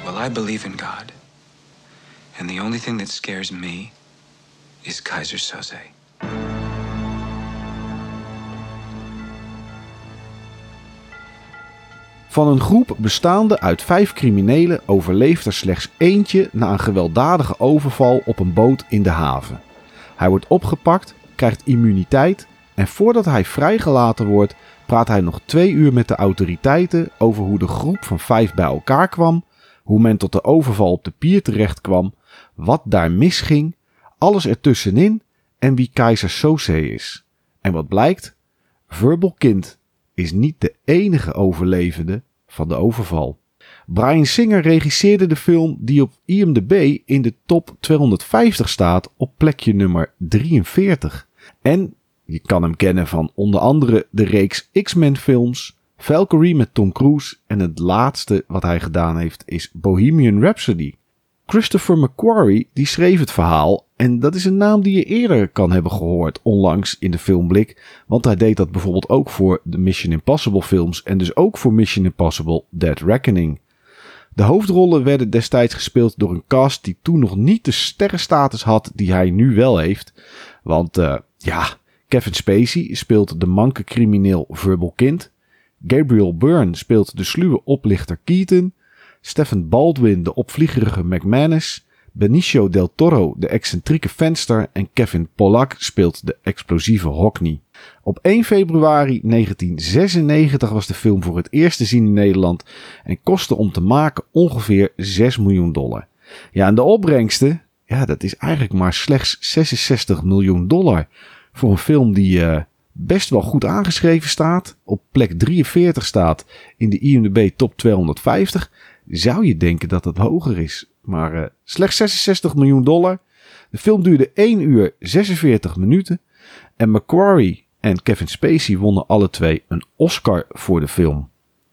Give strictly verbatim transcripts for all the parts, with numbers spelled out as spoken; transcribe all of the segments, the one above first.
Well, I believe in God. And the only thing that scares me is Kaiser Soze. Van een groep bestaande uit vijf criminelen overleeft er slechts eentje na een gewelddadige overval op een boot in de haven. Hij wordt opgepakt, krijgt immuniteit en voordat hij vrijgelaten wordt, praat hij nog twee uur met de autoriteiten over hoe de groep van vijf bij elkaar kwam, hoe men tot de overval op de pier terecht kwam, wat daar misging, alles ertussenin en wie Kaiser Soze is. En wat blijkt? Verbal Kint is niet de enige overlevende van de overval. Bryan Singer regisseerde de film die op I M D B in de top tweehonderdvijftig staat op plekje nummer drieënveertig. En je kan hem kennen van onder andere de reeks X-Men films, Valkyrie met Tom Cruise en het laatste wat hij gedaan heeft is Bohemian Rhapsody. Christopher McQuarrie die schreef het verhaal en dat is een naam die je eerder kan hebben gehoord onlangs in de filmblik, want hij deed dat bijvoorbeeld ook voor de Mission Impossible films en dus ook voor Mission Impossible Dead Reckoning. De hoofdrollen werden destijds gespeeld door een cast die toen nog niet de sterrenstatus had die hij nu wel heeft, want uh, ja, Kevin Spacey speelt de manke crimineel Verbal Kint, Gabriel Byrne speelt de sluwe oplichter Keaton, Stephen Baldwin de opvliegerige McManus, Benicio del Toro de excentrieke venster en Kevin Pollak speelt de explosieve Hockney. Op één februari negentien zesennegentig was de film voor het eerst te zien in Nederland en kostte om te maken ongeveer zes miljoen dollar. Ja, en de opbrengsten, ja, dat is eigenlijk maar slechts zesenzestig miljoen dollar voor een film die uh, best wel goed aangeschreven staat, op plek drieënveertig staat in de I M D B top tweehonderdvijftig. Zou je denken dat het hoger is. Maar uh, slechts zesenzestig miljoen dollar. De film duurde één uur zesenveertig minuten. En McQuarrie en Kevin Spacey wonnen alle twee een Oscar voor de film.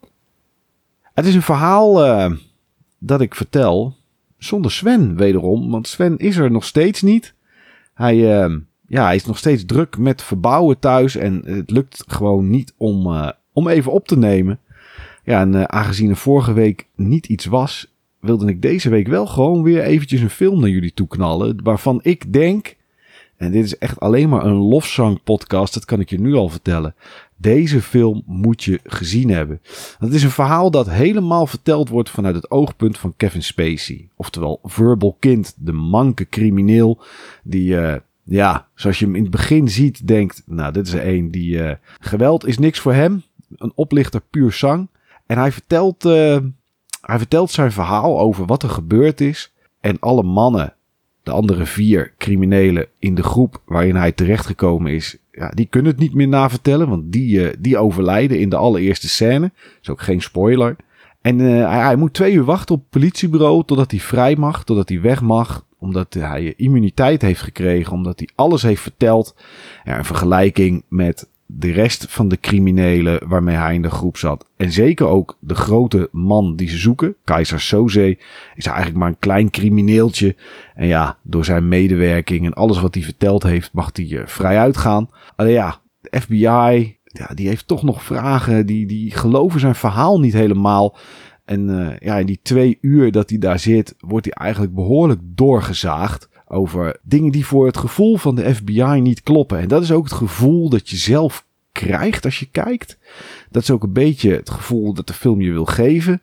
Het is een verhaal uh, dat ik vertel zonder Sven wederom. Want Sven is er nog steeds niet. Hij, uh, ja, hij is nog steeds druk met verbouwen thuis. En het lukt gewoon niet om, uh, om even op te nemen. Ja, en uh, aangezien er vorige week niet iets was, wilde ik deze week wel gewoon weer eventjes een film naar jullie toe knallen. Waarvan ik denk, en dit is echt alleen maar een lofzang podcast, dat kan ik je nu al vertellen. Deze film moet je gezien hebben. Het is een verhaal dat helemaal verteld wordt vanuit het oogpunt van Kevin Spacey. Oftewel Verbal Kint, de manke crimineel die, uh, ja, zoals je hem in het begin ziet, denkt, nou, dit is er een die, uh, geweld is niks voor hem. Een oplichter puur zang. En hij vertelt, uh, hij vertelt zijn verhaal over wat er gebeurd is. En alle mannen, de andere vier criminelen in de groep waarin hij terechtgekomen is, ja, die kunnen het niet meer navertellen. Want die, uh, die overlijden in de allereerste scène. Dat is ook geen spoiler. En uh, hij, hij moet twee uur wachten op het politiebureau totdat hij vrij mag, totdat hij weg mag. Omdat hij immuniteit heeft gekregen, omdat hij alles heeft verteld. Ja, een vergelijking met de rest van de criminelen waarmee hij in de groep zat. En zeker ook de grote man die ze zoeken, Kaiser Soze, is eigenlijk maar een klein crimineeltje. En ja, door zijn medewerking en alles wat hij verteld heeft, mag hij uh, vrij uitgaan. Alleen ja, de F B I, ja, die heeft toch nog vragen. Die, die geloven zijn verhaal niet helemaal. En uh, ja, in die twee uur dat hij daar zit, wordt hij eigenlijk behoorlijk doorgezaagd over dingen die voor het gevoel van de F B I niet kloppen. En dat is ook het gevoel dat je zelf krijgt als je kijkt. Dat is ook een beetje het gevoel dat de film je wil geven.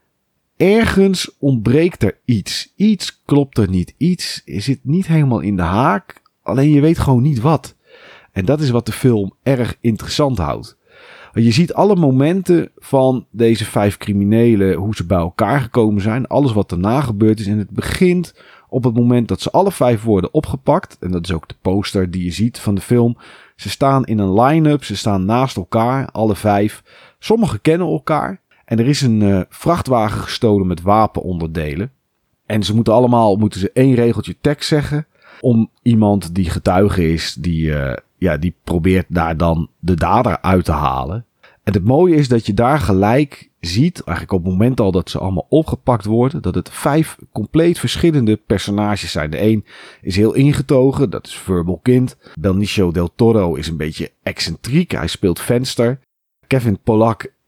Ergens ontbreekt er iets. Iets klopt er niet. Iets zit niet helemaal in de haak. Alleen je weet gewoon niet wat. En dat is wat de film erg interessant houdt. Je ziet alle momenten van deze vijf criminelen, hoe ze bij elkaar gekomen zijn. Alles wat daarna gebeurd is. En het begint op het moment dat ze alle vijf worden opgepakt. En dat is ook de poster die je ziet van de film. Ze staan in een line-up. Ze staan naast elkaar, alle vijf. Sommigen kennen elkaar. En er is een uh, vrachtwagen gestolen met wapenonderdelen. En ze moeten allemaal moeten ze één regeltje tekst zeggen. Om iemand die getuige is, die, uh, ja, die probeert daar dan de dader uit te halen. En het mooie is dat je daar gelijk ziet, eigenlijk op het moment al dat ze allemaal opgepakt worden, dat het vijf compleet verschillende personages zijn. De een is heel ingetogen, dat is Verbal Kint. Benicio del Toro is een beetje excentriek, hij speelt venster. Kevin Pollak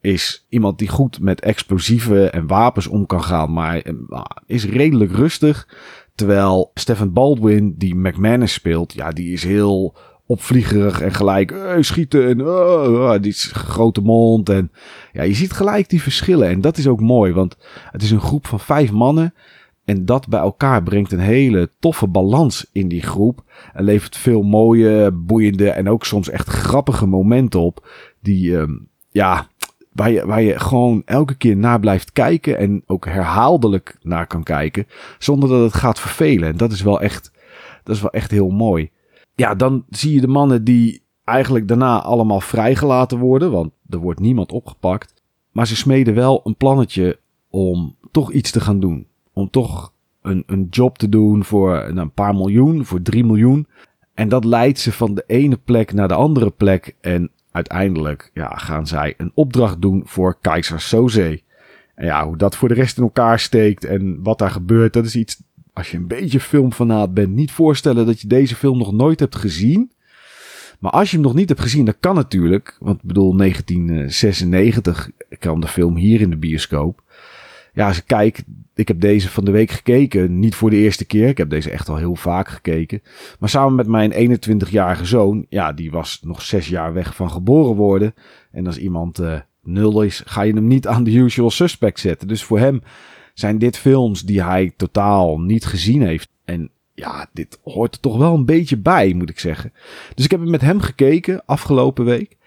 is iemand die goed met explosieven en wapens om kan gaan, maar uh, is redelijk rustig. Terwijl Stephen Baldwin, die McManus speelt, ja, die is heel opvliegerig en gelijk uh, schieten en uh, uh, die is grote mond. En ja, je ziet gelijk die verschillen en dat is ook mooi, want het is een groep van vijf mannen. En dat bij elkaar brengt een hele toffe balans in die groep. En levert veel mooie, boeiende en ook soms echt grappige momenten op. Die, um, ja, waar je, waar je gewoon elke keer naar blijft kijken. En ook herhaaldelijk naar kan kijken. Zonder dat het gaat vervelen. En dat is wel echt, dat is wel echt heel mooi. Ja, dan zie je de mannen die eigenlijk daarna allemaal vrijgelaten worden. Want er wordt niemand opgepakt. Maar ze smeden wel een plannetje om toch iets te gaan doen. Om toch een, een job te doen voor een paar miljoen, voor drie miljoen. En dat leidt ze van de ene plek naar de andere plek. En uiteindelijk ja, gaan zij een opdracht doen voor Keyser Söze. En ja, hoe dat voor de rest in elkaar steekt en wat daar gebeurt, dat is iets, als je een beetje filmfanaat bent, niet voorstellen dat je deze film nog nooit hebt gezien. Maar als je hem nog niet hebt gezien, dat kan natuurlijk. Want ik bedoel, negentien zesennegentig kwam de film hier in de bioscoop. Ja, als ik kijk, ik heb deze van de week gekeken. Niet voor de eerste keer. Ik heb deze echt al heel vaak gekeken. Maar samen met mijn eenentwintigjarige zoon. Ja, die was nog zes jaar weg van geboren worden. En als iemand uh, nul is, ga je hem niet aan de usual suspect zetten. Dus voor hem zijn dit films die hij totaal niet gezien heeft. En ja, dit hoort er toch wel een beetje bij, moet ik zeggen. Dus ik heb hem met hem gekeken afgelopen week.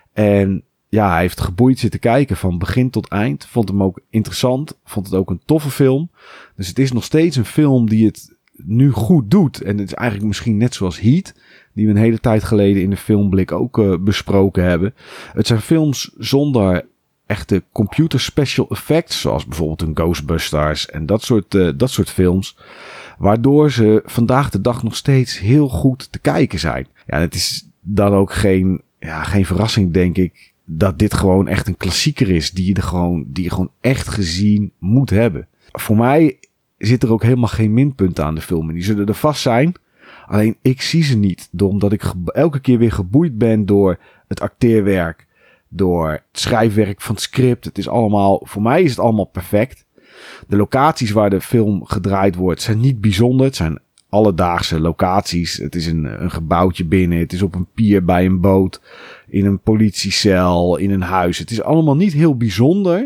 En ja, hij heeft geboeid zitten kijken van begin tot eind. Vond hem ook interessant. Vond het ook een toffe film. Dus het is nog steeds een film die het nu goed doet. En het is eigenlijk misschien net zoals Heat, die we een hele tijd geleden in de filmblik ook uh, besproken hebben. Het zijn films zonder echte computer special effects, zoals bijvoorbeeld een Ghostbusters en dat soort, uh, dat soort films. Waardoor ze vandaag de dag nog steeds heel goed te kijken zijn. Ja, het is dan ook geen, ja, geen verrassing, denk ik, dat dit gewoon echt een klassieker is die je, er gewoon, die je gewoon echt gezien moet hebben. Voor mij zit er ook helemaal geen minpunten aan de film. En die zullen er vast zijn. Alleen ik zie ze niet. Omdat ik elke keer weer geboeid ben door het acteerwerk. Door het schrijfwerk van het script. Het is allemaal, voor mij is het allemaal perfect. De locaties waar de film gedraaid wordt zijn niet bijzonder. Het zijn alledaagse locaties. Het is een, een gebouwtje binnen. Het is op een pier bij een boot. In een politiecel. In een huis. Het is allemaal niet heel bijzonder.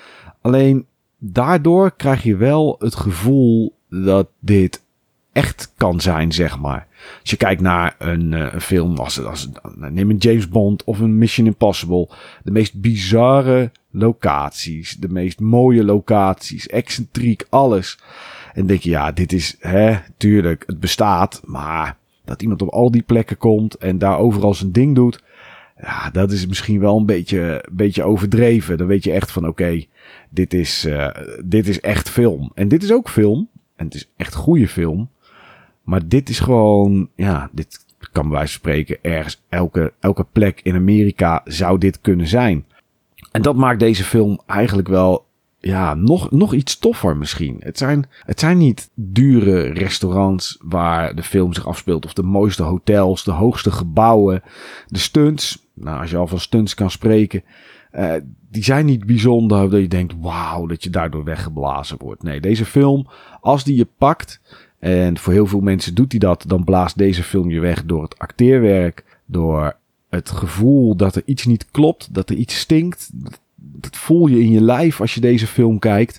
Alleen daardoor krijg je wel het gevoel dat dit echt kan zijn, zeg maar. Als je kijkt naar een, uh, een film als, als neem een James Bond of een Mission Impossible. De meest bizarre locaties. De meest mooie locaties. Excentriek, alles. En denk je, ja, dit is, hè, tuurlijk, het bestaat. Maar dat iemand op al die plekken komt en daar overal zijn ding doet. Ja, dat is misschien wel een beetje, een beetje overdreven. Dan weet je echt van, oké, okay, dit is, uh, dit is echt film. En dit is ook film. En het is echt goede film. Maar dit is gewoon, ja, dit kan bij wijze van spreken ergens, elke, elke plek in Amerika zou dit kunnen zijn. En dat maakt deze film eigenlijk wel, ja, nog, nog iets toffer misschien. Het zijn, het zijn niet dure restaurants waar de film zich afspeelt. Of de mooiste hotels, de hoogste gebouwen. De stunts, nou, als je al van stunts kan spreken. Uh, die zijn niet bijzonder dat je denkt, wauw, dat je daardoor weggeblazen wordt. Nee, deze film, als die je pakt, en voor heel veel mensen doet hij dat, dan blaast deze film je weg door het acteerwerk. Door het gevoel dat er iets niet klopt, dat er iets stinkt. Dat voel je in je lijf als je deze film kijkt.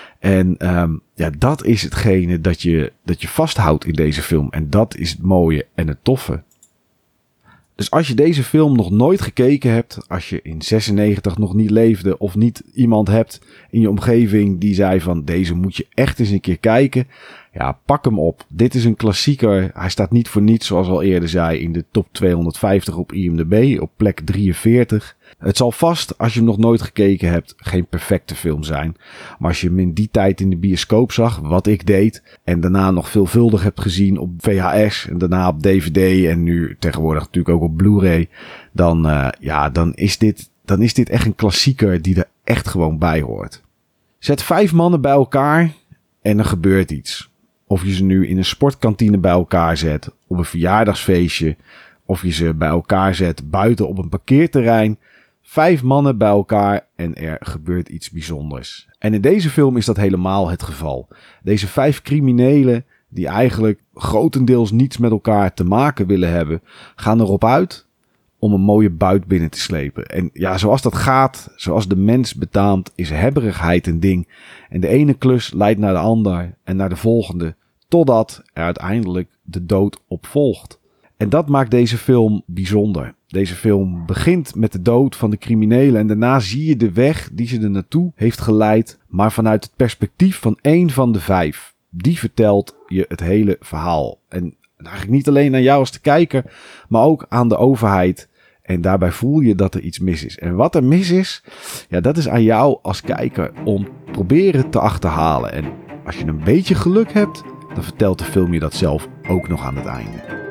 En um, ja, dat is hetgene dat je, dat je vasthoudt in deze film. En dat is het mooie en het toffe. Dus als je deze film nog nooit gekeken hebt, als je in zesennegentig nog niet leefde of niet iemand hebt in je omgeving die zei van deze moet je echt eens een keer kijken. Ja, pak hem op. Dit is een klassieker. Hij staat niet voor niets, zoals al eerder zei, in de top tweehonderdvijftig op I M D B, op plek drieënveertig. Het zal vast, als je hem nog nooit gekeken hebt, geen perfecte film zijn. Maar als je hem in die tijd in de bioscoop zag, wat ik deed, en daarna nog veelvuldig hebt gezien op V H S, en daarna op D V D, en nu tegenwoordig natuurlijk ook op Blu-ray, dan, uh, ja, dan is dit, dan is dit echt een klassieker die er echt gewoon bij hoort. Zet vijf mannen bij elkaar en er gebeurt iets. Of je ze nu in een sportkantine bij elkaar zet, op een verjaardagsfeestje, of je ze bij elkaar zet buiten op een parkeerterrein. Vijf mannen bij elkaar en er gebeurt iets bijzonders. En in deze film is dat helemaal het geval. Deze vijf criminelen die eigenlijk grotendeels niets met elkaar te maken willen hebben, gaan erop uit om een mooie buit binnen te slepen. En ja, zoals dat gaat, zoals de mens betaamt, is hebberigheid een ding. En de ene klus leidt naar de ander en naar de volgende, totdat er uiteindelijk de dood op volgt. En dat maakt deze film bijzonder. Deze film begint met de dood van de criminelen en daarna zie je de weg die ze er naartoe heeft geleid, maar vanuit het perspectief van één van de vijf. Die vertelt je het hele verhaal. En eigenlijk niet alleen aan jou als de kijker, maar ook aan de overheid. En daarbij voel je dat er iets mis is. En wat er mis is, ja, dat is aan jou als kijker om proberen te achterhalen. En als je een beetje geluk hebt, dan vertelt de film je dat zelf ook nog aan het einde.